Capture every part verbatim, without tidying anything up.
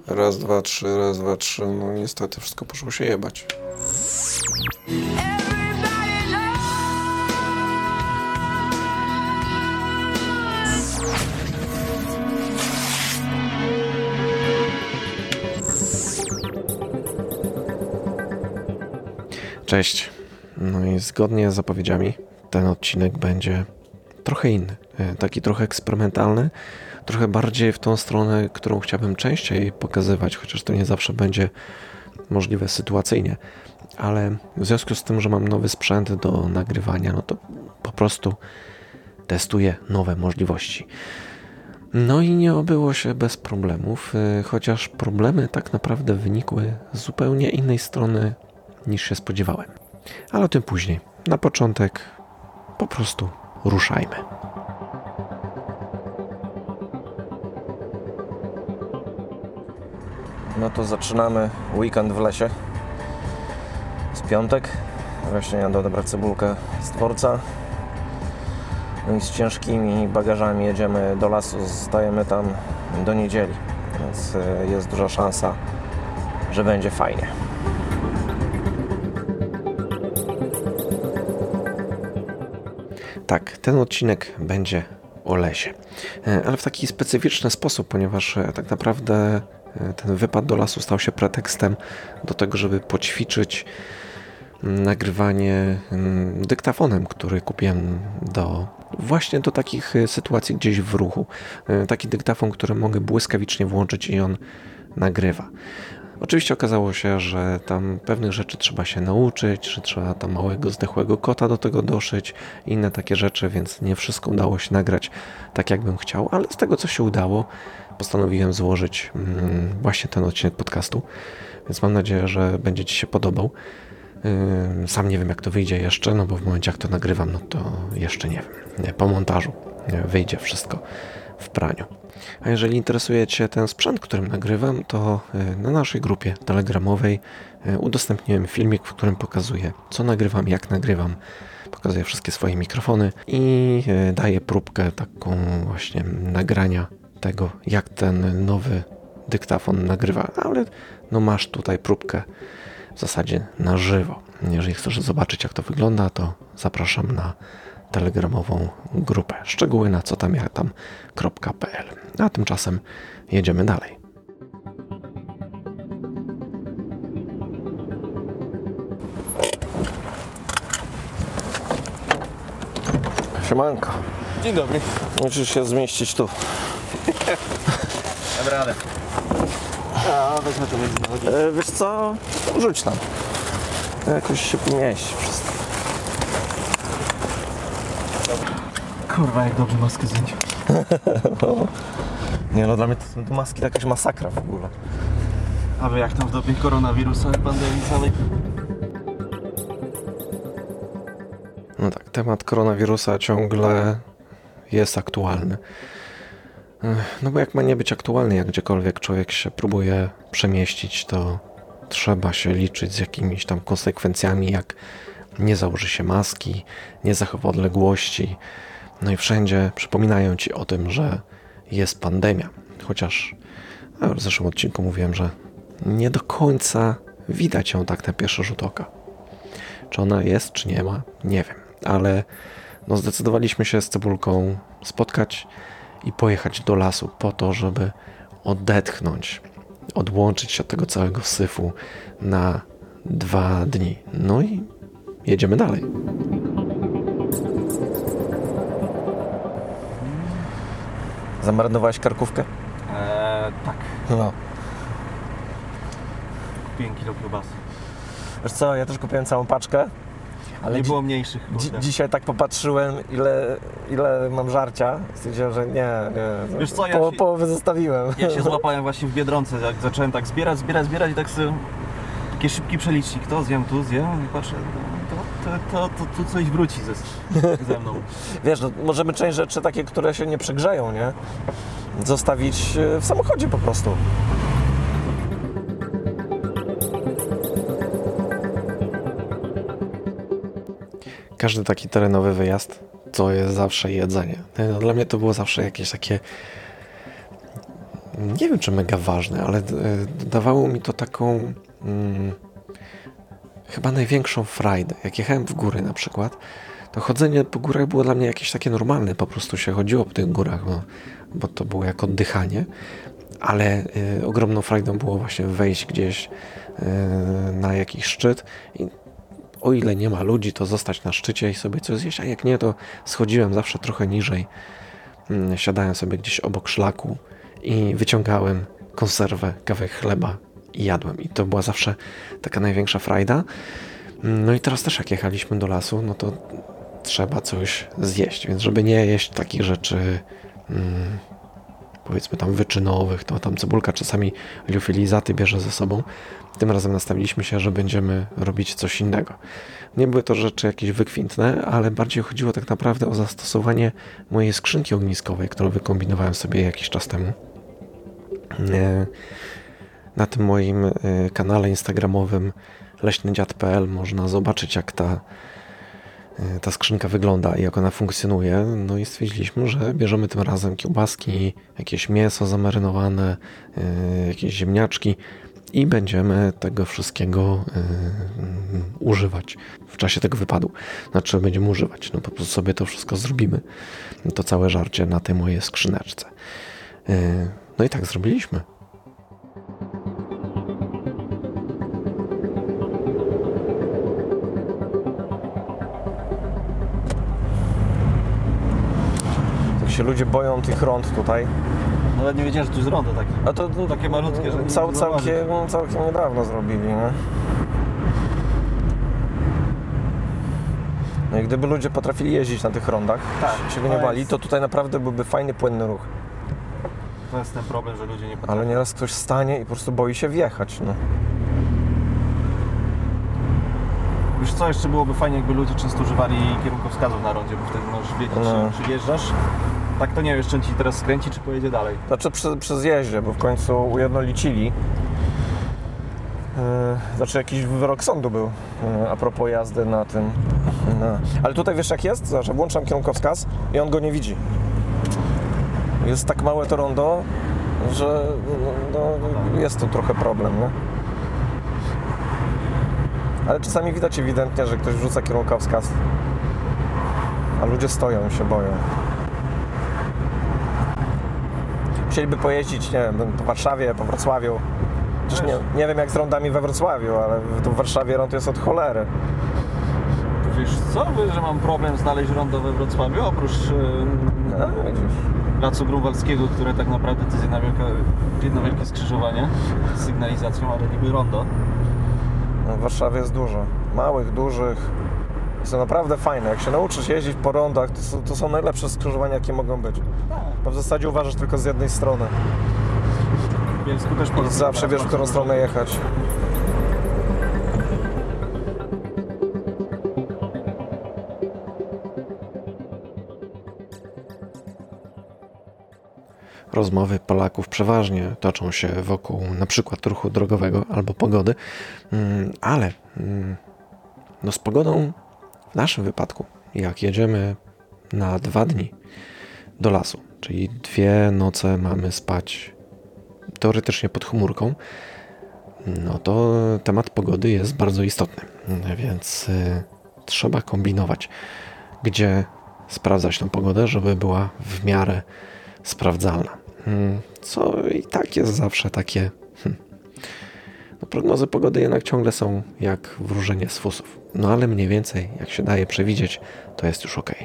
Raz, dwa, trzy, raz, dwa, trzy. No niestety wszystko poszło się jebać. Cześć. No i zgodnie z zapowiedziami ten odcinek będzie trochę inny. Taki trochę eksperymentalny. Trochę bardziej w tą stronę, którą chciałbym częściej pokazywać, chociaż to nie zawsze będzie możliwe sytuacyjnie. Ale w związku z tym, że mam nowy sprzęt do nagrywania, no to po prostu testuję nowe możliwości. No i nie obyło się bez problemów, chociaż problemy tak naprawdę wynikły z zupełnie innej strony niż się spodziewałem. Ale o tym później. Na początek po prostu ruszajmy. No to zaczynamy weekend w lesie. Z piątek. Właśnie jadę odebrać cebulkę z dworca. No i z ciężkimi bagażami jedziemy do lasu. Zostajemy tam do niedzieli. Więc jest duża szansa, że będzie fajnie. Tak, ten odcinek będzie o lesie. Ale w taki specyficzny sposób, ponieważ tak naprawdę ten wypad do lasu stał się pretekstem do tego, żeby poćwiczyć nagrywanie dyktafonem, który kupiłem do właśnie do takich sytuacji gdzieś w ruchu. Taki dyktafon, który mogę błyskawicznie włączyć i on nagrywa. Oczywiście okazało się, że tam pewnych rzeczy trzeba się nauczyć, że trzeba tam małego zdechłego kota do tego doszyć, inne takie rzeczy, więc nie wszystko udało się nagrać tak, jakbym chciał, ale z tego, co się udało, postanowiłem złożyć mm, właśnie ten odcinek podcastu, więc mam nadzieję, że będzie Ci się podobał. Yy, sam nie wiem, jak to wyjdzie jeszcze, no bo w momencie, jak to nagrywam, no to jeszcze nie wiem. Nie, po montażu nie, wyjdzie wszystko w praniu. A jeżeli interesuje Cię ten sprzęt, którym nagrywam, to na naszej grupie telegramowej udostępniłem filmik, w którym pokazuję, co nagrywam, jak nagrywam. Pokazuję wszystkie swoje mikrofony i daję próbkę taką właśnie nagrania tego, jak ten nowy dyktafon nagrywa. Ale no masz tutaj próbkę w zasadzie na żywo. Jeżeli chcesz zobaczyć, jak to wygląda, to zapraszam na telegramową grupę. Szczegóły na co tam ja tam kropka pe el. A tymczasem jedziemy dalej. Siemanko. Dzień dobry. Musisz się zmieścić tu. Dam radę. A, wezmę to między nogi. E, wiesz co? Rzuć tam. Jakoś się pomieści wszystko. Kurwa, jak dobrze maskę zdjąć. no. Nie no, dla mnie to są te maski jakaś masakra w ogóle. A wy jak tam w dobie koronawirusa, pandemii całej? No tak, temat koronawirusa ciągle jest aktualny. No bo jak ma nie być aktualny, jak gdziekolwiek człowiek się próbuje przemieścić, to trzeba się liczyć z jakimiś tam konsekwencjami, jak nie założy się maski, nie zachowa odległości. No i wszędzie przypominają Ci o tym, że jest pandemia. Chociaż no, w zeszłym odcinku mówiłem, że nie do końca widać ją tak na pierwszy rzut oka. Czy ona jest, czy nie ma, nie wiem. Ale no, zdecydowaliśmy się z Cebulką spotkać i pojechać do lasu po to, żeby odetchnąć, odłączyć się od tego całego syfu na dwa dni. No i jedziemy dalej. Zamarynowałeś karkówkę? Eee, tak. No. Kupiłem kilo kiełbasy. Wiesz co, ja też kupiłem całą paczkę. Ale nie dzi- było mniejszych. dzi- dzisiaj tak popatrzyłem, ile, ile mam żarcia. Stwierdziłem, że nie, nie. Wiesz co, ja po, się- połowę zostawiłem. Ja się złapałem właśnie w Biedronce, jak zacząłem tak zbierać, zbierać, zbierać i tak sobie taki szybki przelicznik, to zjem, tu zjem i patrzę, to, to, to, to, tu coś wróci ze, ze mną. Wiesz, no, możemy część rzeczy takie, które się nie przegrzeją, nie? Zostawić w samochodzie po prostu. Każdy taki terenowy wyjazd to jest zawsze jedzenie. No, dla mnie to było zawsze jakieś takie nie wiem czy mega ważne, ale dawało mi to taką hmm, chyba największą frajdę. Jak jechałem w góry na przykład, to chodzenie po górach było dla mnie jakieś takie normalne, po prostu się chodziło po tych górach, bo, bo to było jak oddychanie, ale y, ogromną frajdą było właśnie wejść gdzieś y, na jakiś szczyt i o ile nie ma ludzi, to zostać na szczycie i sobie coś zjeść, a jak nie, to schodziłem zawsze trochę niżej, y, siadałem sobie gdzieś obok szlaku i wyciągałem konserwę, kawałek chleba i jadłem i to była zawsze taka największa frajda. No i teraz też jak jechaliśmy do lasu, no to trzeba coś zjeść, więc żeby nie jeść takich rzeczy hmm, powiedzmy tam wyczynowych, to tam cebulka czasami liofilizaty bierze ze sobą. Tym razem nastawiliśmy się, że będziemy robić coś innego. Nie były to rzeczy jakieś wykwintne, ale bardziej chodziło tak naprawdę o zastosowanie mojej skrzynki ogniskowej, którą wykombinowałem sobie jakiś czas temu. Na tym moim kanale instagramowym leśny dziad kropka p l można zobaczyć, jak ta, ta skrzynka wygląda i jak ona funkcjonuje. No i stwierdziliśmy, że bierzemy tym razem kiełbaski, jakieś mięso zamarynowane, jakieś ziemniaczki i będziemy tego wszystkiego używać w czasie tego wypadu. Znaczy będziemy używać, no po prostu sobie to wszystko zrobimy. To całe żarcie na tej mojej skrzyneczce. No i tak zrobiliśmy. Się ludzie boją tych rond tutaj. Nawet nie wiedziałem, że tu jest rondo takie. A to no, takie malutkie, że nie cał, całkiem, całkiem niedawno zrobili, nie? No i gdyby ludzie potrafili jeździć na tych rondach, tak, się go nie bali, to tutaj naprawdę byłby fajny, płynny ruch. To jest ten problem, że ludzie nie potrafią. Ale nieraz ktoś stanie i po prostu boi się wjechać, no. Wiesz co, jeszcze byłoby fajnie, jakby ludzie często używali kierunkowskazów na rondzie, bo wtedy możesz wiedzieć, no. czy przyjeżdżasz. Tak to nie wiem, jeszcze on ci teraz skręci, czy pojedzie dalej. Znaczy przy, przy zjeździe, bo w końcu ujednolicili. Yy, znaczy jakiś wyrok sądu był yy, a propos jazdy na tym. No. Ale tutaj wiesz jak jest? Znaczy włączam kierunkowskaz i on go nie widzi. Jest tak małe to rondo, że no, no, jest to trochę problem, nie? Ale czasami widać ewidentnie, że ktoś wrzuca kierunkowskaz, a ludzie stoją i się boją. Chcieliby pojeździć, nie wiem, po Warszawie, po Wrocławiu. Przecież nie, nie wiem jak z rondami we Wrocławiu, ale tu w Warszawie rond jest od cholery. Wiesz co, wiesz, że mam problem znaleźć rondo we Wrocławiu, oprócz No, widzisz. Placu Grunwaldzkiego, które tak naprawdę to jest jedna wielka, jedno wielkie skrzyżowanie z sygnalizacją, ale niby rondo. No, w Warszawie jest dużo. Małych, dużych. Są naprawdę fajne. Jak się nauczysz jeździć po rondach, to są, to są najlepsze skrzyżowania, jakie mogą być. Bo w zasadzie uważasz tylko z jednej strony. W Bielsku też po I zawsze wiesz, w którą stronę jechać. Rozmowy Polaków przeważnie toczą się wokół na przykład ruchu drogowego albo pogody, ale no z pogodą w naszym wypadku, jak jedziemy na dwa dni do lasu, czyli dwie noce mamy spać teoretycznie pod chmurką, no to temat pogody jest bardzo istotny, więc y, trzeba kombinować, gdzie sprawdzać tą pogodę, żeby była w miarę sprawdzalna. Co i tak jest zawsze takie... Hmm. No, prognozy pogody jednak ciągle są jak wróżenie z fusów. No ale mniej więcej, jak się daje przewidzieć, to jest już ok.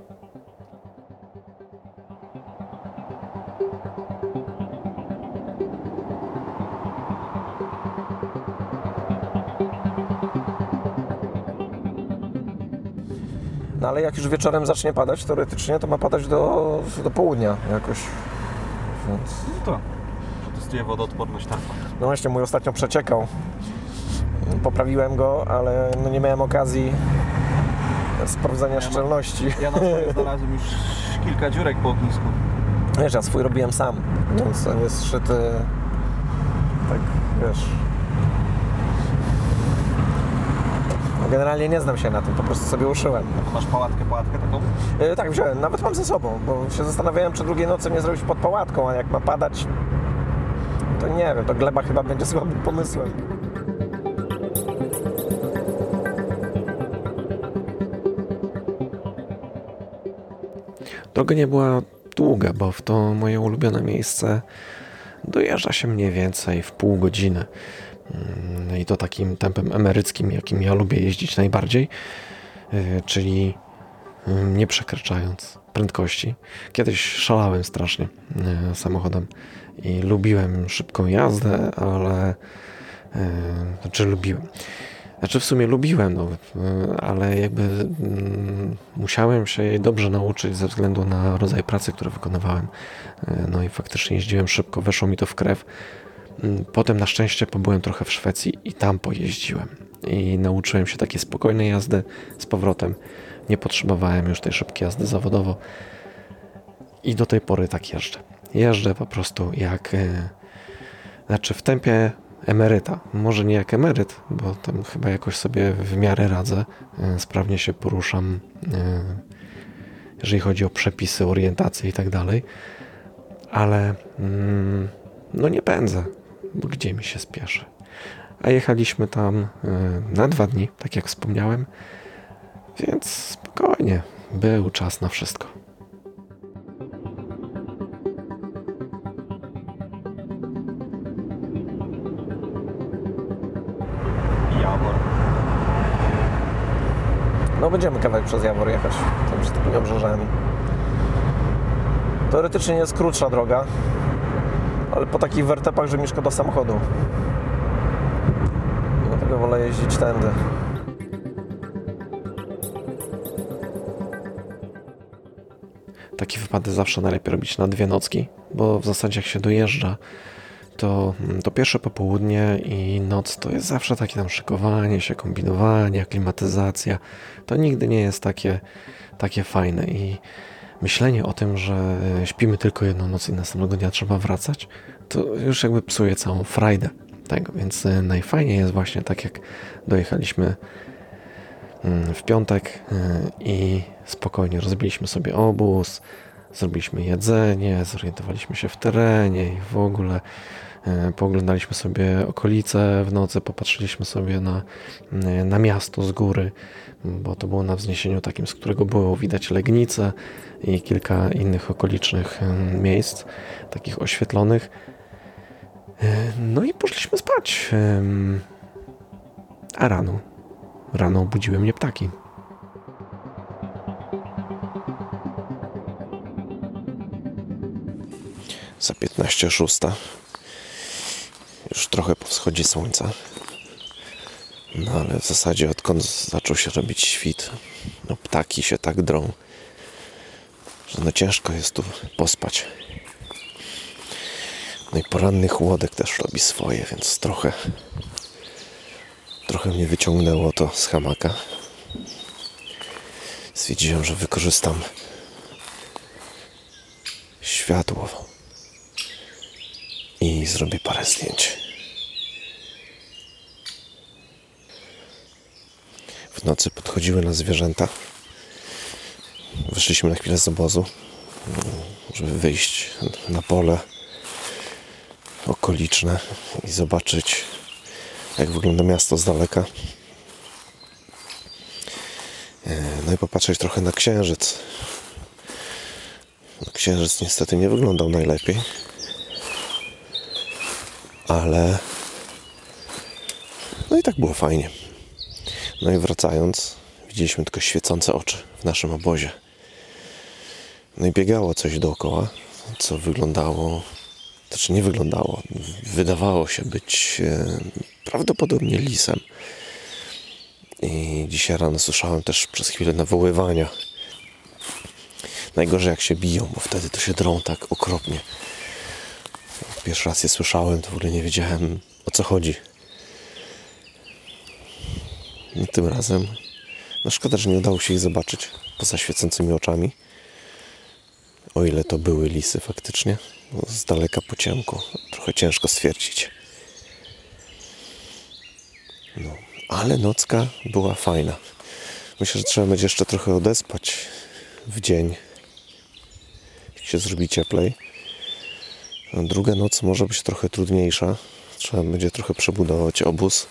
No ale jak już wieczorem zacznie padać, teoretycznie to ma padać do, do południa jakoś. Więc... No to przetestuję wodoodporność tarpa. No właśnie, mój ostatnio przeciekał. Poprawiłem go, ale no nie miałem okazji sprawdzania ja szczelności. Na, ja na swoje znalazłem już kilka dziurek po ognisku. Wiesz, ja swój robiłem sam, więc on jest szyty tak, wiesz... No generalnie nie znam się na tym, po prostu sobie uszyłem. Masz pałatkę, pałatkę taką? Yy, tak, wziąłem, nawet mam ze sobą, bo się zastanawiałem, czy drugiej nocy nie zrobić pod pałatką, a jak ma padać, to nie wiem, to gleba chyba będzie słabym pomysłem. Droga nie była długa, bo w to moje ulubione miejsce dojeżdża się mniej więcej w pół godziny. I to takim tempem emeryckim, jakim ja lubię jeździć najbardziej, czyli nie przekraczając prędkości. Kiedyś szalałem strasznie samochodem i lubiłem szybką jazdę, ale znaczy lubiłem. Znaczy w sumie lubiłem, no, ale jakby mm, musiałem się jej dobrze nauczyć ze względu na rodzaj pracy, który wykonywałem. No i faktycznie jeździłem szybko, weszło mi to w krew. Potem na szczęście pobyłem trochę w Szwecji i tam pojeździłem. I nauczyłem się takiej spokojnej jazdy z powrotem. Nie potrzebowałem już tej szybkiej jazdy zawodowo. I do tej pory tak jeżdżę. Jeżdżę po prostu jak... Yy, znaczy w tempie emeryta. Może nie jak emeryt, bo tam chyba jakoś sobie w miarę radzę. Yy, sprawnie się poruszam, yy, jeżeli chodzi o przepisy, orientację i tak dalej. Ale yy, no nie pędzę, bo gdzie mi się spieszy. A jechaliśmy tam yy, na dwa dni, tak jak wspomniałem. Więc spokojnie, był czas na wszystko. Jawor. No będziemy kawałek przez Jawor jechać, tam przed tymi obrzeżami. Teoretycznie jest krótsza droga, ale po takich wertepach, że mi szkoda samochodu. Dlatego wolę jeździć tędy. Takie wypady zawsze najlepiej robić na dwie nocki, bo w zasadzie jak się dojeżdża, to, to pierwsze popołudnie i noc to jest zawsze takie tam szykowanie się, kombinowanie, aklimatyzacja. To nigdy nie jest takie, takie fajne i myślenie o tym, że śpimy tylko jedną noc i następnego dnia trzeba wracać, to już jakby psuje całą frajdę tego, więc najfajniej jest właśnie tak jak dojechaliśmy w piątek i spokojnie rozbiliśmy sobie obóz, zrobiliśmy jedzenie, zorientowaliśmy się w terenie i w ogóle pooglądaliśmy sobie okolice w nocy, popatrzyliśmy sobie na, na miasto z góry, bo to było na wzniesieniu takim, z którego było widać Legnicę i kilka innych okolicznych miejsc, takich oświetlonych. No i poszliśmy spać. A rano, rano obudziły mnie ptaki. Za piętnaście szósta. Już trochę po wschodzie słońca. No ale w zasadzie odkąd zaczął się robić świt, no ptaki się tak drą, że no ciężko jest tu pospać. No i poranny chłodek też robi swoje, więc trochę trochę mnie wyciągnęło to z hamaka. Stwierdziłem, że wykorzystam światło i zrobię parę zdjęć. W nocy podchodziły nas zwierzęta. Wyszliśmy na chwilę z obozu, żeby wyjść na pole okoliczne i zobaczyć, jak wygląda miasto z daleka. No i popatrzeć trochę na księżyc. Księżyc niestety nie wyglądał najlepiej, ale no i tak było fajnie. No i wracając, widzieliśmy tylko świecące oczy w naszym obozie. No i biegało coś dookoła, co wyglądało, to czy nie wyglądało, wydawało się być e, prawdopodobnie lisem. I dzisiaj rano słyszałem też przez chwilę nawoływania. Najgorzej jak się biją, bo wtedy to się drą tak okropnie. Pierwszy raz je słyszałem, to w ogóle nie wiedziałem, o co chodzi. No, tym razem, no szkoda, że nie udało się ich zobaczyć poza świecącymi oczami. O ile to były lisy faktycznie, bo z daleka po ciemku, trochę ciężko stwierdzić. No, ale nocka była fajna. Myślę, że trzeba będzie jeszcze trochę odespać w dzień, jak się zrobi cieplej. No, druga noc może być trochę trudniejsza. Trzeba będzie trochę przebudować obóz,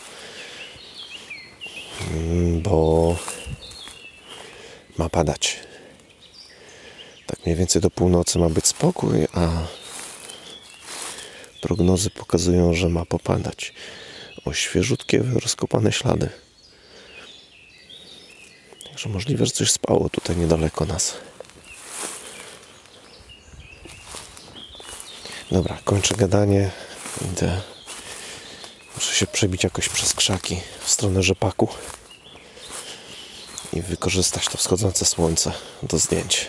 bo ma padać. Tak mniej więcej do północy ma być spokój, a prognozy pokazują, że ma popadać. O, świeżutkie, rozkopane ślady. Także możliwe, że coś spało tutaj niedaleko nas. Dobra, kończę gadanie. Idę. Muszę się przebić jakoś przez krzaki w stronę rzepaku i wykorzystać to wschodzące słońce do zdjęć.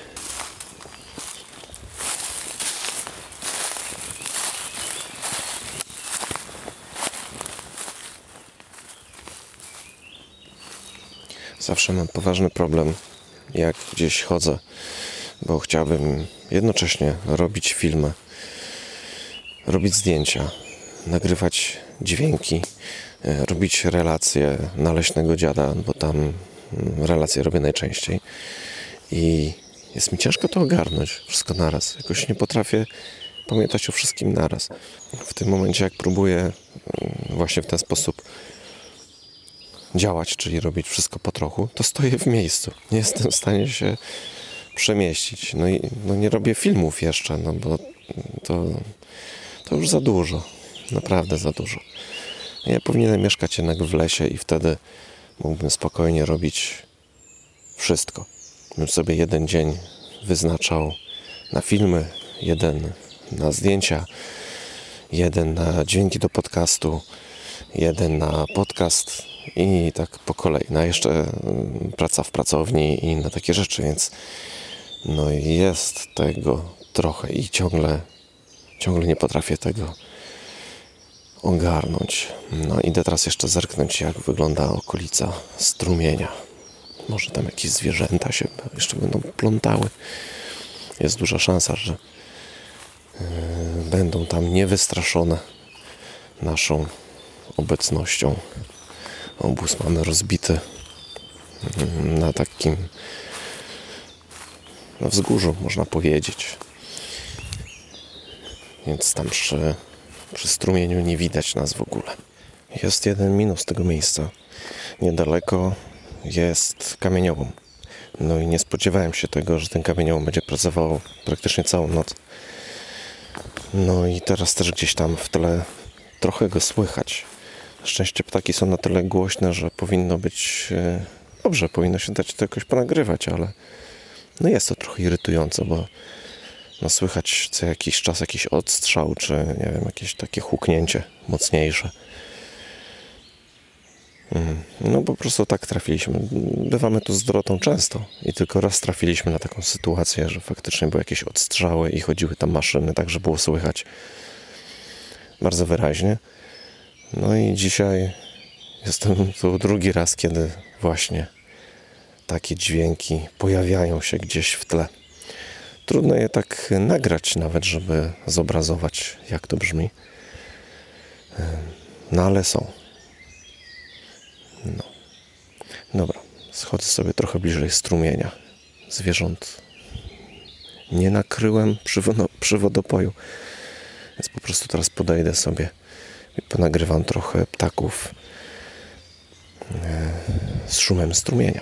Zawsze mam poważny problem, jak gdzieś chodzę, bo chciałbym jednocześnie robić filmy, robić zdjęcia, nagrywać dźwięki, robić relacje na Leśnego Dziada, bo tam relacje robię najczęściej i jest mi ciężko to ogarnąć wszystko naraz. Jakoś nie potrafię pamiętać o wszystkim naraz. W tym momencie, jak próbuję właśnie w ten sposób działać, czyli robić wszystko po trochu, to stoję w miejscu. Nie jestem w stanie się przemieścić. No i no nie robię filmów jeszcze, no bo to, to już za dużo. Naprawdę za dużo. Ja powinienem mieszkać jednak w lesie i wtedy mógłbym spokojnie robić wszystko. Bym sobie jeden dzień wyznaczał na filmy, jeden na zdjęcia, jeden na dźwięki do podcastu, jeden na podcast i tak po kolei. Na jeszcze praca w pracowni i na takie rzeczy, więc no jest tego trochę i ciągle, ciągle nie potrafię tego ogarnąć. No idę teraz jeszcze zerknąć, jak wygląda okolica strumienia. Może tam jakieś zwierzęta się jeszcze będą plątały. Jest duża szansa, że yy, będą tam niewystraszone naszą obecnością. Obóz mamy rozbity yy, na takim na wzgórzu, można powiedzieć. Więc tam przy Przy strumieniu nie widać nas w ogóle. Jest jeden minus tego miejsca. Niedaleko jest kamieniołom. No i nie spodziewałem się tego, że ten kamieniołom będzie pracował praktycznie całą noc. No i teraz też gdzieś tam w tle trochę go słychać. Na szczęście ptaki są na tyle głośne, że powinno być dobrze, powinno się dać to jakoś ponagrywać, ale no jest to trochę irytujące, bo no słychać co jakiś czas jakiś odstrzał, czy nie wiem, jakieś takie huknięcie mocniejsze. No po prostu tak trafiliśmy. Bywamy tu z Dorotą często i tylko raz trafiliśmy na taką sytuację, że faktycznie były jakieś odstrzały i chodziły tam maszyny, tak że było słychać bardzo wyraźnie. No i dzisiaj jestem tu drugi raz, kiedy właśnie takie dźwięki pojawiają się gdzieś w tle. Trudno je tak nagrać nawet, żeby zobrazować, jak to brzmi. No ale są. No. Dobra, schodzę sobie trochę bliżej strumienia. Zwierząt nie nakryłem przy, wono, przy wodopoju, więc po prostu teraz podejdę sobie i ponagrywam trochę ptaków z szumem strumienia.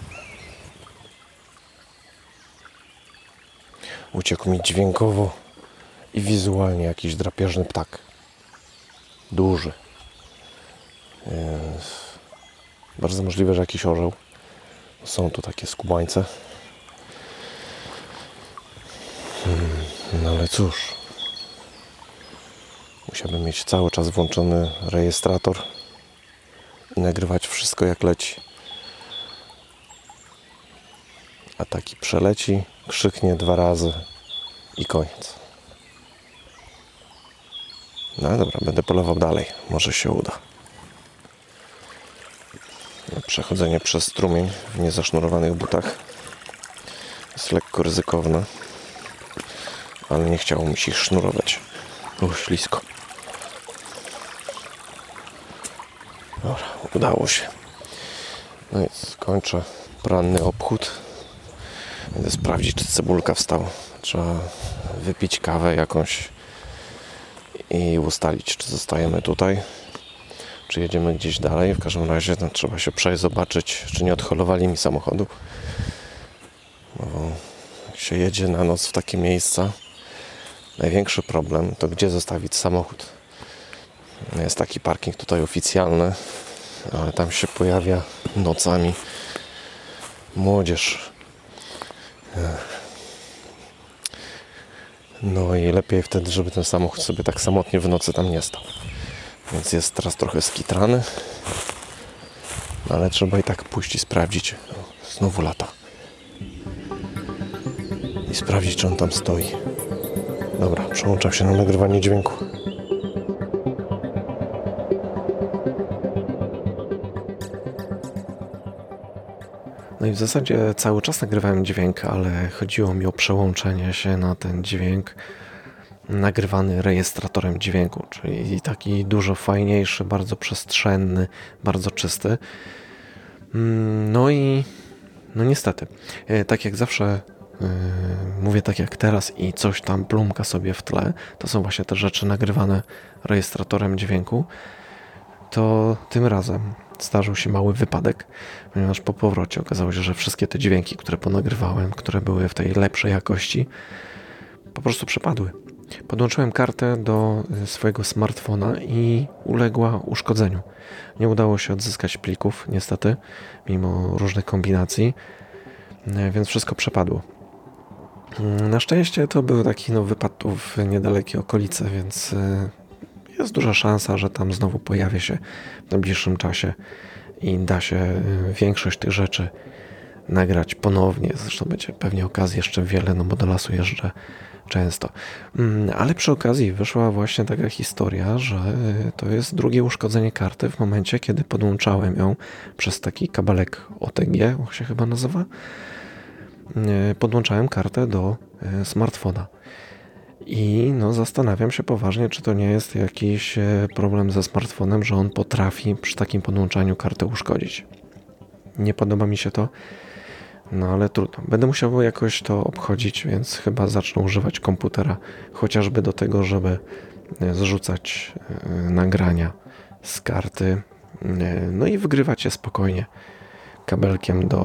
Uciekł mi dźwiękowo i wizualnie jakiś drapieżny ptak. Duży. Bardzo możliwe, że jakiś orzeł. Są tu takie skubańce. No ale cóż. Musiałbym mieć cały czas włączony rejestrator i nagrywać wszystko jak leci. A taki przeleci, krzyknie dwa razy i koniec. No dobra, będę polował dalej. Może się uda. Przechodzenie przez strumień w niezasznurowanych butach jest lekko ryzykowne, ale nie chciało mi się ich sznurować. Było ślisko. Dobra, udało się. No i kończę poranny obchód. Będę sprawdzić, czy cebulka wstała. Trzeba wypić kawę jakąś i ustalić, czy zostajemy tutaj, czy jedziemy gdzieś dalej. W każdym razie no, trzeba się przejść, zobaczyć, czy nie odholowali mi samochodu. Bo jak się jedzie na noc w takie miejsca, największy problem to gdzie zostawić samochód. Jest taki parking tutaj oficjalny, ale tam się pojawia nocami młodzież. No i lepiej wtedy, żeby ten samochód sobie tak samotnie w nocy tam nie stał. Więc jest teraz trochę skitrany, ale trzeba i tak pójść i sprawdzić. O, znowu lata. I sprawdzić, czy on tam stoi. Dobra, przełączam się na nagrywanie dźwięku. No i w zasadzie cały czas nagrywałem dźwięk, ale chodziło mi o przełączenie się na ten dźwięk nagrywany rejestratorem dźwięku, czyli taki dużo fajniejszy, bardzo przestrzenny, bardzo czysty. No i no niestety, tak jak zawsze yy, mówię tak jak teraz i coś tam plumka sobie w tle, to są właśnie te rzeczy nagrywane rejestratorem dźwięku, to tym razem zdarzył się mały wypadek, ponieważ po powrocie okazało się, że wszystkie te dźwięki, które ponagrywałem, które były w tej lepszej jakości, po prostu przepadły. Podłączyłem kartę do swojego smartfona i uległa uszkodzeniu. Nie udało się odzyskać plików, niestety, mimo różnych kombinacji, więc wszystko przepadło. Na szczęście to był taki no, wypad tu w niedalekiej okolicy, więc jest duża szansa, że tam znowu pojawia się w najbliższym czasie i da się większość tych rzeczy nagrać ponownie. Zresztą będzie pewnie okazji jeszcze wiele, no bo do lasu jeżdżę często. Ale przy okazji wyszła właśnie taka historia, że to jest drugie uszkodzenie karty w momencie, kiedy podłączałem ją przez taki kabelek O T G, on się chyba nazywa. Podłączałem kartę do smartfona. I no zastanawiam się poważnie, czy to nie jest jakiś problem ze smartfonem, że on potrafi przy takim podłączaniu kartę uszkodzić. Nie podoba mi się to, no ale trudno. Będę musiał jakoś to obchodzić, więc chyba zacznę używać komputera, chociażby do tego, żeby zrzucać nagrania z karty, no i wygrywać je spokojnie kabelkiem do,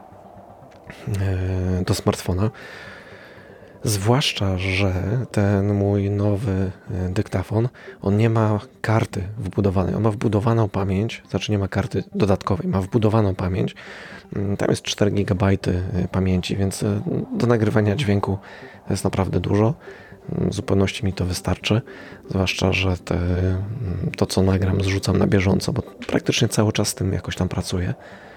do smartfona. Zwłaszcza, że ten mój nowy dyktafon, on nie ma karty wbudowanej. On ma wbudowaną pamięć, znaczy nie ma karty dodatkowej, ma wbudowaną pamięć. Tam jest cztery gigabajty pamięci, więc do nagrywania dźwięku jest naprawdę dużo. W zupełności mi to wystarczy. Zwłaszcza, że te, to co nagram zrzucam na bieżąco, bo praktycznie cały czas z tym jakoś tam pracuję.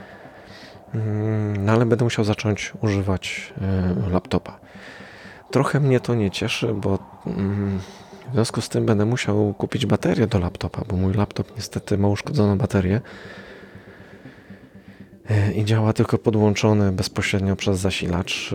No ale będę musiał zacząć używać laptopa. Trochę mnie to nie cieszy, bo w związku z tym będę musiał kupić baterię do laptopa, bo mój laptop niestety ma uszkodzoną baterię i działa tylko podłączony bezpośrednio przez zasilacz.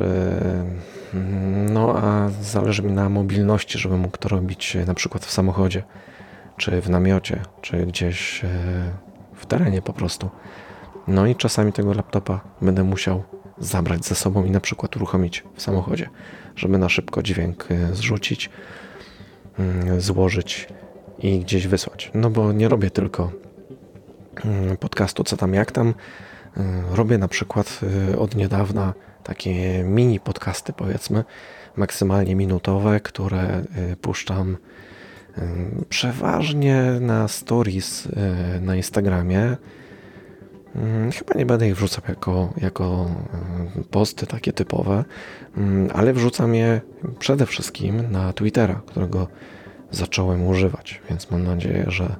No a zależy mi na mobilności, żeby mógł to robić na przykład w samochodzie, czy w namiocie, czy gdzieś w terenie po prostu. No i czasami tego laptopa będę musiał zabrać ze sobą i na przykład uruchomić w samochodzie, żeby na szybko dźwięk zrzucić, złożyć i gdzieś wysłać. No bo nie robię tylko podcastu co tam jak tam. Robię na przykład od niedawna takie mini podcasty, powiedzmy, maksymalnie minutowe, które puszczam przeważnie na stories na Instagramie. Chyba nie będę ich wrzucał jako, jako posty takie typowe, ale wrzucam je przede wszystkim na Twittera, którego zacząłem używać, więc mam nadzieję, że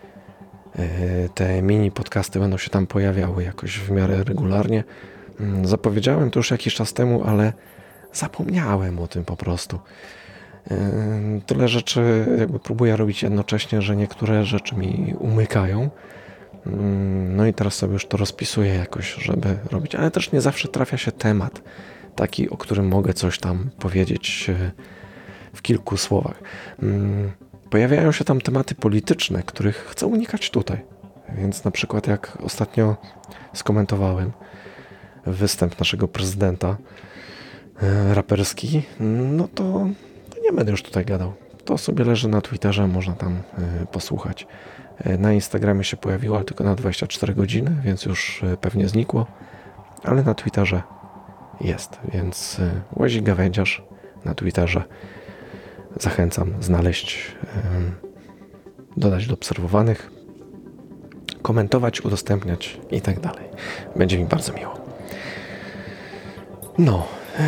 te mini podcasty będą się tam pojawiały jakoś w miarę regularnie. Zapowiedziałem to już jakiś czas temu, ale zapomniałem o tym po prostu. Tyle rzeczy jakby próbuję robić jednocześnie, że niektóre rzeczy mi umykają. No i teraz sobie już to rozpisuję jakoś, żeby robić, ale też nie zawsze trafia się temat taki, o którym mogę coś tam powiedzieć w kilku słowach. Pojawiają się tam tematy polityczne, których chcę unikać tutaj. Więc na przykład jak ostatnio skomentowałem występ naszego prezydenta raperski, no to, to nie będę już tutaj gadał. to sobie leży na Twitterze, można tam y, posłuchać. Y, na Instagramie się pojawiło, ale tylko na dwadzieścia cztery godziny, więc już y, pewnie znikło, ale na Twitterze jest, więc y, Łazik Gawędziarz na Twitterze zachęcam znaleźć, y, dodać do obserwowanych, komentować, udostępniać i tak dalej. Będzie mi bardzo miło. No.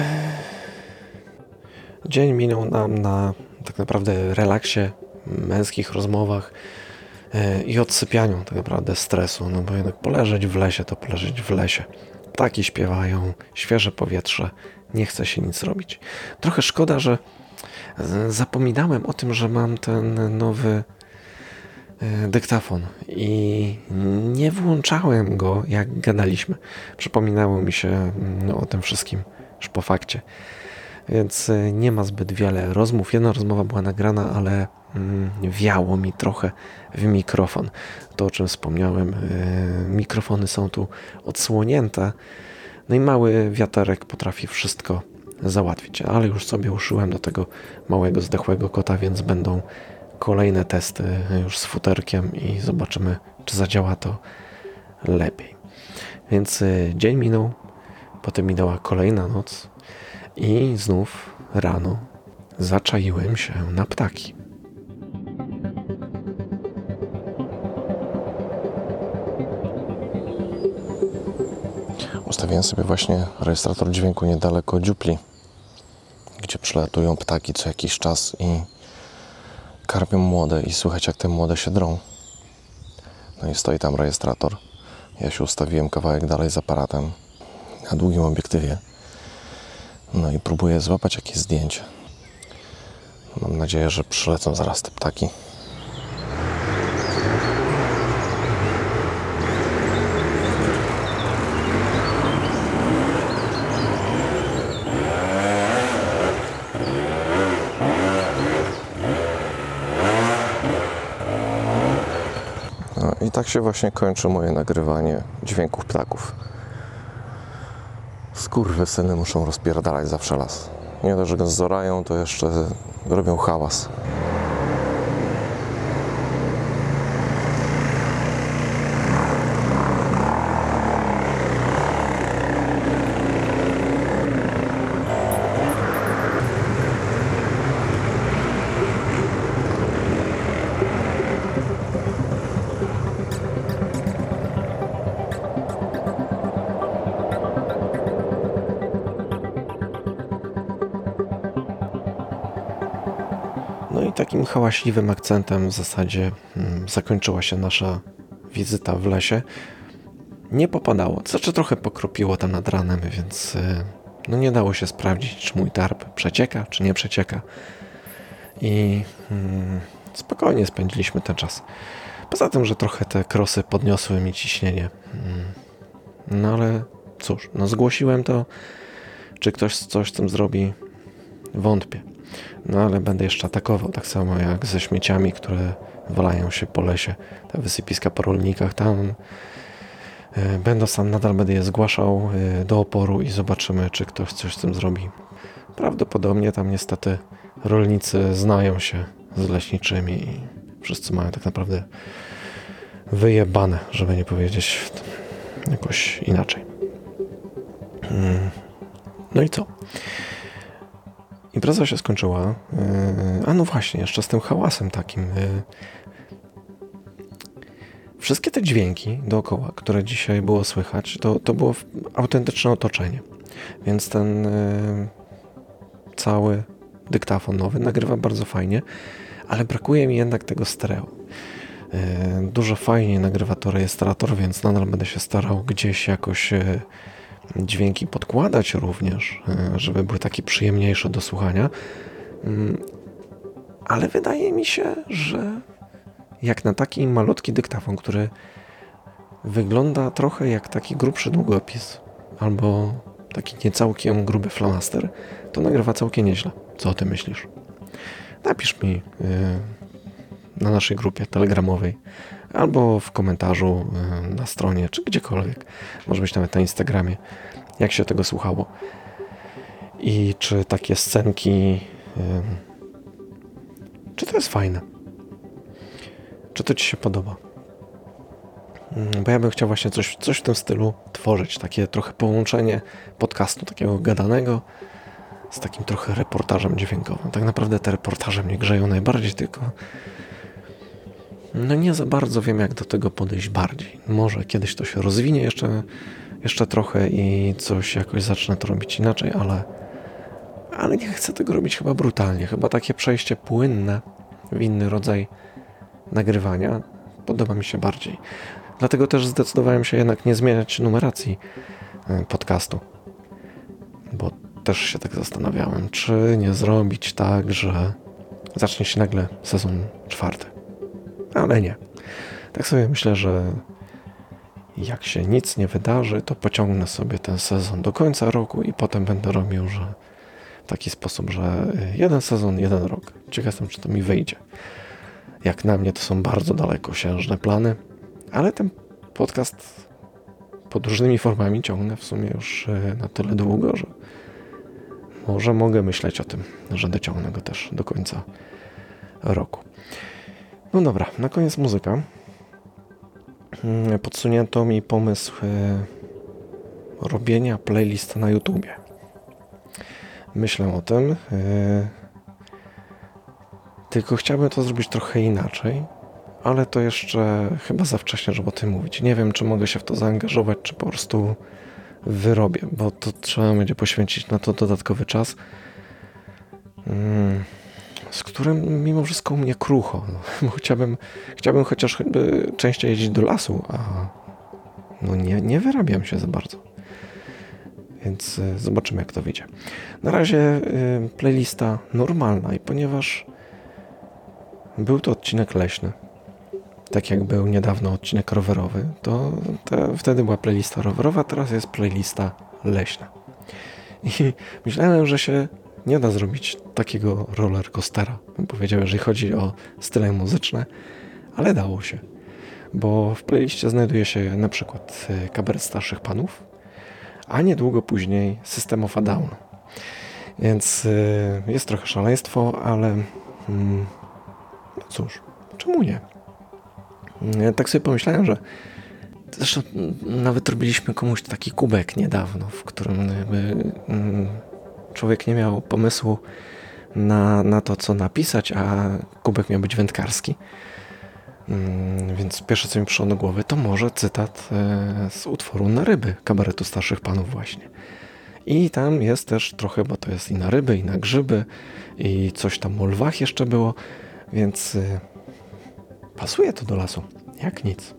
Dzień minął nam na tak naprawdę relaksie, męskich rozmowach yy, i odsypianiu tak naprawdę stresu, no bo jednak poleżeć w lesie to poleżeć w lesie. Ptaki śpiewają, świeże powietrze, nie chce się nic robić. Trochę szkoda, że zapominałem o tym, że mam ten nowy yy, dyktafon i nie włączałem go, jak gadaliśmy. Przypominało mi się no, o tym wszystkim już po fakcie. Więc nie ma zbyt wiele rozmów. Jedna rozmowa była nagrana, ale mm, wiało mi trochę w mikrofon. To, o czym wspomniałem, yy, mikrofony są tu odsłonięte. No i mały wiaterek potrafi wszystko załatwić. Ale już sobie uszyłem do tego małego, zdechłego kota, więc będą kolejne testy już z futerkiem i zobaczymy, czy zadziała to lepiej. Więc yy, dzień minął, potem minęła kolejna noc. I znów rano zaczaiłem się na ptaki. Ustawiłem sobie właśnie rejestrator dźwięku niedaleko dziupli, gdzie przylatują ptaki co jakiś czas i karmią młode i słychać, jak te młode się drą. No i stoi tam rejestrator. Ja się ustawiłem kawałek dalej z aparatem na długim obiektywie. No i próbuję złapać jakieś zdjęcie. Mam nadzieję, że przylecą zaraz te ptaki. No i tak się właśnie kończy moje nagrywanie dźwięków ptaków. Skurwysyny muszą rozpierdalać zawsze las. Nie dość, że go zorają, to jeszcze robią hałas. No i takim hałaśliwym akcentem w zasadzie hmm, zakończyła się nasza wizyta w lesie. Nie popadało, znaczy trochę pokropiło tam nad ranem, więc no nie dało się sprawdzić, czy mój tarp przecieka, czy nie przecieka. I hmm, spokojnie spędziliśmy ten czas. Poza tym, że trochę te krosy podniosły mi ciśnienie. Hmm. No ale cóż, no zgłosiłem to. Czy ktoś coś z tym zrobi? Wątpię. No ale będę jeszcze atakował, tak samo jak ze śmieciami, które walają się po lesie, te wysypiska po rolnikach, tam y, będę sam, nadal będę je zgłaszał y, do oporu i zobaczymy, czy ktoś coś z tym zrobi. Prawdopodobnie tam niestety rolnicy znają się z leśniczymi i wszyscy mają tak naprawdę wyjebane, żeby nie powiedzieć jakoś inaczej. Mm. No i co? Impreza się skończyła. A no właśnie, jeszcze z tym hałasem takim. Wszystkie te dźwięki dookoła, które dzisiaj było słychać, to, to było autentyczne otoczenie. Więc ten cały dyktafon nowy nagrywa bardzo fajnie, ale brakuje mi jednak tego stereo. Dużo fajniej nagrywa to rejestrator, więc nadal będę się starał gdzieś jakoś dźwięki podkładać również, żeby były takie przyjemniejsze do słuchania. Ale wydaje mi się, że jak na taki malutki dyktafon, który wygląda trochę jak taki grubszy długopis albo taki niecałkiem gruby flamaster, to nagrywa całkiem nieźle. Co o tym myślisz? Napisz mi na naszej grupie telegramowej albo w komentarzu na stronie, czy gdziekolwiek. Może być nawet na Instagramie, jak się tego słuchało. I czy takie scenki, czy Czy to jest fajne? Czy to Ci się podoba? Bo ja bym chciał właśnie coś, coś w tym stylu tworzyć. Takie trochę połączenie podcastu takiego gadanego z takim trochę reportażem dźwiękowym. Tak naprawdę te reportaże mnie grzeją najbardziej, tylko no nie za bardzo wiem, jak do tego podejść bardziej. Może kiedyś to się rozwinie jeszcze, jeszcze trochę i coś jakoś zacznę to robić inaczej, ale, ale nie chcę tego robić chyba brutalnie. Chyba takie przejście płynne w inny rodzaj nagrywania podoba mi się bardziej. Dlatego też zdecydowałem się jednak nie zmieniać numeracji podcastu. Bo też się tak zastanawiałem, czy nie zrobić tak, że zacznie się nagle sezon czwarty. Ale nie. Tak sobie myślę, że jak się nic nie wydarzy, to pociągnę sobie ten sezon do końca roku i potem będę robił, że w taki sposób, że jeden sezon, jeden rok. Ciekaw jestem, czy to mi wyjdzie. Jak na mnie to są bardzo dalekosiężne plany, ale ten podcast pod różnymi formami ciągnę w sumie już na tyle długo, że może mogę myśleć o tym, że dociągnę go też do końca roku. No dobra, na koniec muzyka. Podsunięto mi pomysł robienia playlist na YouTubie. Myślę o tym, tylko chciałbym to zrobić trochę inaczej, ale to jeszcze chyba za wcześnie, żeby o tym mówić. Nie wiem, czy mogę się w to zaangażować, czy po prostu wyrobię, bo to trzeba będzie poświęcić na to dodatkowy czas, z którym mimo wszystko u mnie krucho. No, bo chciałbym, chciałbym chociaż choćby częściej jeździć do lasu, a no nie, nie wyrabiam się za bardzo. Więc y, zobaczymy, jak to wyjdzie. Na razie y, playlista normalna i ponieważ był to odcinek leśny, tak jak był niedawno odcinek rowerowy, to te, wtedy była playlista rowerowa, teraz jest playlista leśna. I myślałem, że się nie da zrobić takiego roller coastera, bym powiedział, jeżeli chodzi o style muzyczne, ale dało się, bo w playliście znajduje się na przykład kabaret starszych panów, a niedługo później System of a Down. Więc jest trochę szaleństwo, ale no cóż, czemu nie? Tak sobie pomyślałem, że zresztą nawet robiliśmy komuś taki kubek niedawno, w którym jakby człowiek nie miał pomysłu na, na to, co napisać, a kubek miał być wędkarski. Więc pierwsze, co mi przyszło do głowy, to może cytat z utworu Na ryby kabaretu starszych panów właśnie. I tam jest też trochę, bo to jest i na ryby, i na grzyby, i coś tam o lwach jeszcze było, więc pasuje to do lasu, jak nic.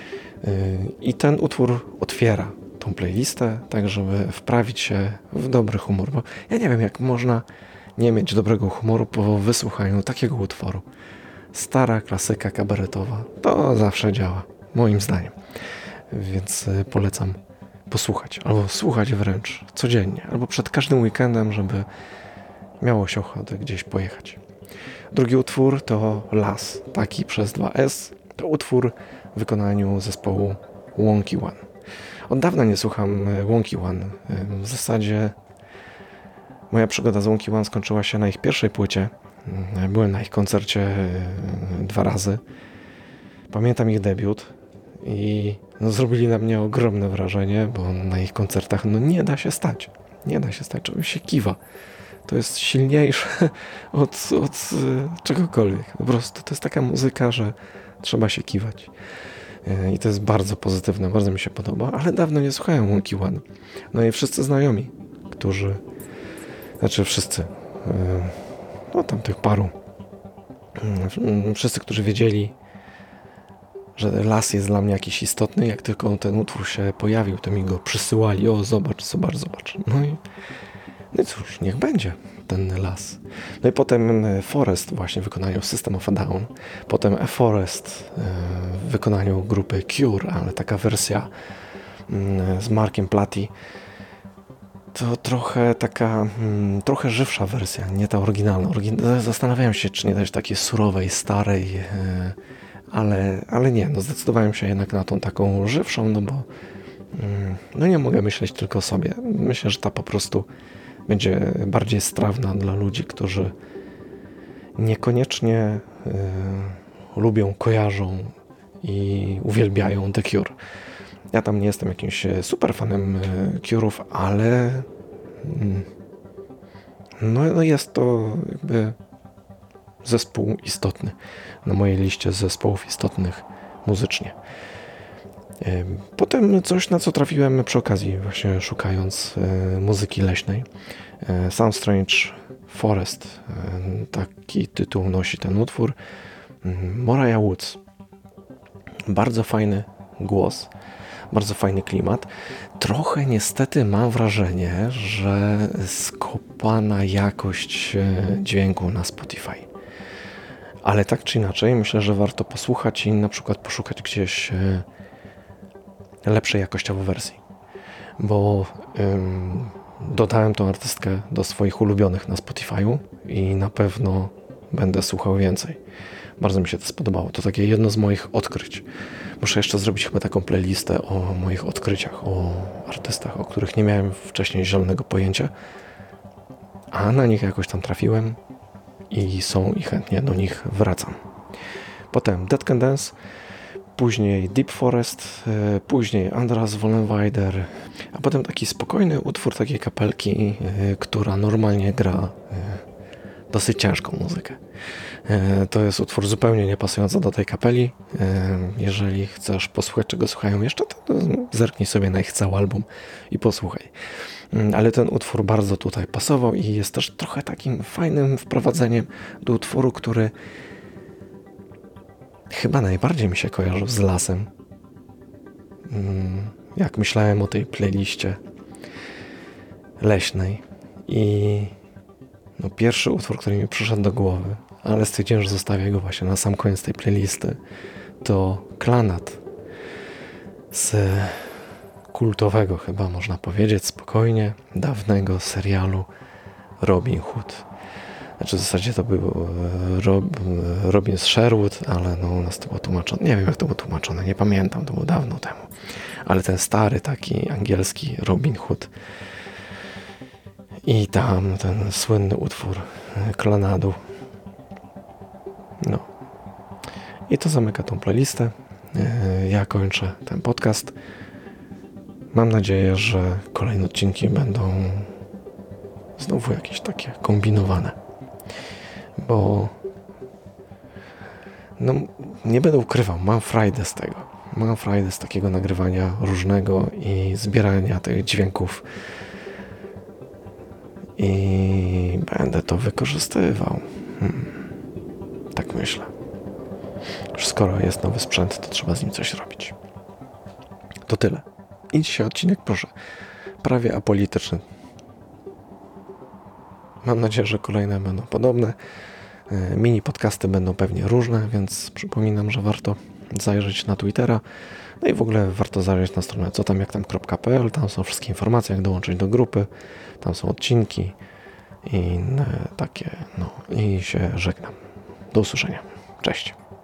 I ten utwór otwiera tą playlistę, tak żeby wprawić się w dobry humor, bo ja nie wiem, jak można nie mieć dobrego humoru po wysłuchaniu takiego utworu. Stara klasyka kabaretowa, to zawsze działa, moim zdaniem. Więc polecam posłuchać, albo słuchać wręcz codziennie, albo przed każdym weekendem, żeby miało się ochotę gdzieś pojechać. Drugi utwór to Las, taki przez dwa S. To utwór w wykonaniu zespołu Wonky One. Od dawna nie słucham Wonky One. W zasadzie moja przygoda z Wonky One skończyła się na ich pierwszej płycie. Byłem na ich koncercie dwa razy. Pamiętam ich debiut i no, zrobili na mnie ogromne wrażenie, bo na ich koncertach no, nie da się stać. Nie da się stać, człowiek się kiwa. To jest silniejsze od, od czegokolwiek. Po prostu to jest taka muzyka, że trzeba się kiwać. I to jest bardzo pozytywne, bardzo mi się podoba, ale dawno nie słuchałem Wonky One. No i wszyscy znajomi, którzy, znaczy wszyscy, no tam tych paru, wszyscy, którzy wiedzieli, że las jest dla mnie jakiś istotny, jak tylko ten utwór się pojawił, to mi go przysyłali, o zobacz, zobacz, zobacz. No i, no i cóż, niech będzie ten las. No i potem Forest właśnie w wykonaniu System of a Down, potem A Forest w wykonaniu grupy Cure, ale taka wersja z Markiem Platy. To trochę taka, trochę żywsza wersja, nie ta oryginalna. Orygin- Zastanawiałem się, czy nie dać takiej surowej, starej, ale, ale nie, no zdecydowałem się jednak na tą taką żywszą, no bo no nie mogę myśleć tylko o sobie. Myślę, że ta po prostu będzie bardziej strawna dla ludzi, którzy niekoniecznie y, lubią, kojarzą i uwielbiają The Cure. Ja tam nie jestem jakimś super fanem y, Cure'ów, ale y, no, no jest to jakby zespół istotny na mojej liście zespołów istotnych muzycznie. Potem coś, na co trafiłem przy okazji, właśnie szukając e, muzyki leśnej. E, Sound Strange Forest, e, taki tytuł nosi ten utwór. Moriah Woods. Bardzo fajny głos, bardzo fajny klimat. Trochę niestety mam wrażenie, że skopana jakość dźwięku na Spotify. Ale tak czy inaczej, myślę, że warto posłuchać i na przykład poszukać gdzieś lepszej jakościowo wersji, bo ym, dodałem tą artystkę do swoich ulubionych na Spotify'u i na pewno będę słuchał więcej. Bardzo mi się to spodobało. To takie jedno z moich odkryć. Muszę jeszcze zrobić chyba taką playlistę o moich odkryciach, o artystach, o których nie miałem wcześniej zielonego pojęcia, a na nich jakoś tam trafiłem i są i chętnie do nich wracam. Potem Dead Can Dance, później Deep Forest, później Andras Vollenweider, a potem taki spokojny utwór takiej kapelki, która normalnie gra dosyć ciężką muzykę. To jest utwór zupełnie niepasujący do tej kapeli. Jeżeli chcesz posłuchać, czego słuchają jeszcze, to zerknij sobie na ich cały album i posłuchaj. Ale ten utwór bardzo tutaj pasował i jest też trochę takim fajnym wprowadzeniem do utworu, który chyba najbardziej mi się kojarzył z lasem. Jak myślałem o tej playliście leśnej. I no pierwszy utwór, który mi przyszedł do głowy, ale stwierdziłem, że zostawię go właśnie na sam koniec tej playlisty, to Clannad z kultowego, chyba można powiedzieć spokojnie, dawnego serialu Robin Hood. Znaczy w zasadzie to był Rob, Robin z Sherwood, ale no u nas to było tłumaczone. Nie wiem, jak to było tłumaczone, nie pamiętam, to było dawno temu. Ale ten stary, taki angielski Robin Hood. I tam ten słynny utwór Clannadu. No. I to zamyka tą playlistę. Ja kończę ten podcast. Mam nadzieję, że kolejne odcinki będą znowu jakieś takie kombinowane. Bo no, nie będę ukrywał, mam frajdę z tego. Mam frajdę z takiego nagrywania różnego i zbierania tych dźwięków. I będę to wykorzystywał. Hmm. Tak myślę. Już skoro jest nowy sprzęt, to trzeba z nim coś robić. To tyle. I dzisiaj odcinek, proszę, prawie apolityczny. Mam nadzieję, że kolejne będą podobne. Mini podcasty będą pewnie różne, więc przypominam, że warto zajrzeć na Twittera. No i w ogóle warto zajrzeć na stronę co tam jak tam kropka p l. Tam są wszystkie informacje, jak dołączyć do grupy. Tam są odcinki i inne takie. No i się żegnam. Do usłyszenia. Cześć.